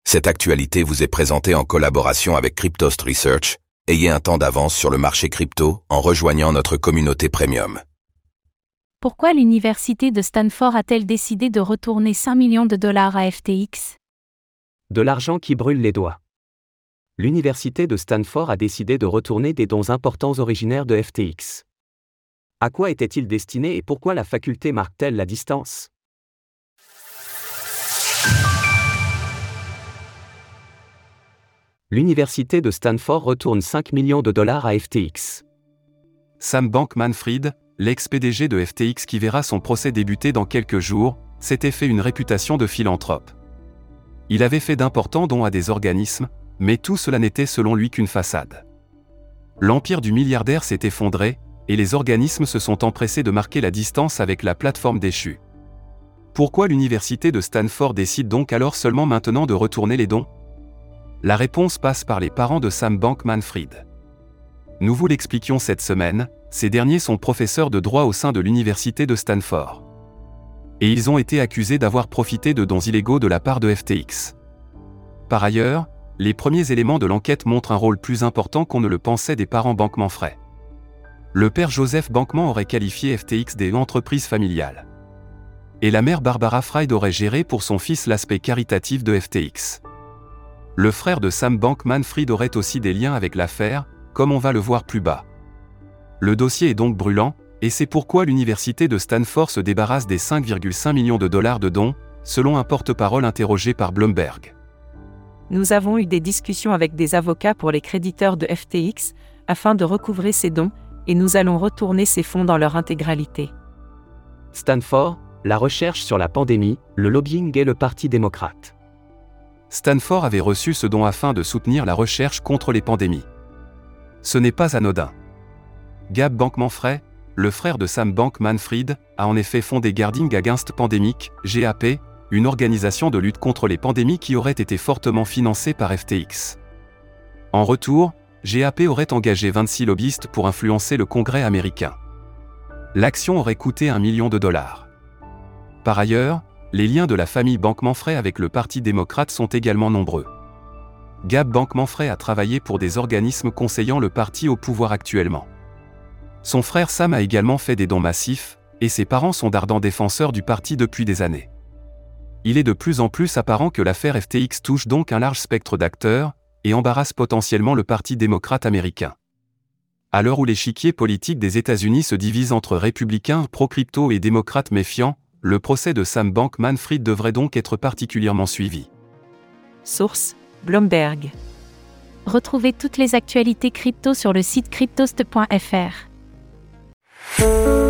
Cette actualité vous est présentée en collaboration avec Cryptost Research. Ayez un temps d'avance sur le marché crypto en rejoignant notre communauté premium. Pourquoi l'université de Stanford a-t-elle décidé de retourner 5 millions de dollars à FTX ? De l'argent qui brûle les doigts. L'université de Stanford a décidé de retourner des dons importants originaires de FTX. À quoi étaient-ils destinés et pourquoi la faculté marque-t-elle la distance ? L'université de Stanford retourne 5 millions de dollars à FTX. Sam Bankman-Fried, l'ex-PDG de FTX qui verra son procès débuter dans quelques jours, s'était fait une réputation de philanthrope. Il avait fait d'importants dons à des organismes, mais tout cela n'était selon lui qu'une façade. L'empire du milliardaire s'est effondré, et les organismes se sont empressés de marquer la distance avec la plateforme déchue. Pourquoi l'université de Stanford décide donc alors seulement maintenant de retourner les dons ? La réponse passe par les parents de Sam Bankman-Fried. Nous vous l'expliquions cette semaine, ces derniers sont professeurs de droit au sein de l'université de Stanford. Et ils ont été accusés d'avoir profité de dons illégaux de la part de FTX. Par ailleurs, les premiers éléments de l'enquête montrent un rôle plus important qu'on ne le pensait des parents Bankman-Fried. Le père Joseph Bankman aurait qualifié FTX d'entreprise familiale. Et la mère Barbara Fried aurait géré pour son fils l'aspect caritatif de FTX. Le frère de Sam Bankman-Fried aurait aussi des liens avec l'affaire, comme on va le voir plus bas. Le dossier est donc brûlant, et c'est pourquoi l'université de Stanford se débarrasse des 5,5 millions de dollars de dons, selon un porte-parole interrogé par Bloomberg. Nous avons eu des discussions avec des avocats pour les créditeurs de FTX, afin de recouvrer ces dons, et nous allons retourner ces fonds dans leur intégralité. Stanford, la recherche sur la pandémie, le lobbying et le Parti démocrate. Stanford avait reçu ce don afin de soutenir la recherche contre les pandémies. Ce n'est pas anodin. Gab Bankman-Fried, le frère de Sam Bankman-Fried, a en effet fondé Guarding Against Pandemic, GAP, une organisation de lutte contre les pandémies qui aurait été fortement financée par FTX. En retour, GAP aurait engagé 26 lobbyistes pour influencer le Congrès américain. L'action aurait coûté 1 million de dollars. Par ailleurs, les liens de la famille Bankman-Fried avec le Parti démocrate sont également nombreux. Gab Bankman-Fried a travaillé pour des organismes conseillant le parti au pouvoir actuellement. Son frère Sam a également fait des dons massifs, et ses parents sont d'ardents défenseurs du parti depuis des années. Il est de plus en plus apparent que l'affaire FTX touche donc un large spectre d'acteurs, et embarrasse potentiellement le Parti démocrate américain. À l'heure où l'échiquier politique des États-Unis se divise entre républicains pro-crypto et démocrates méfiants, le procès de Sam Bankman-Fried devrait donc être particulièrement suivi. Source : Bloomberg. Retrouvez toutes les actualités crypto sur le site cryptost.fr.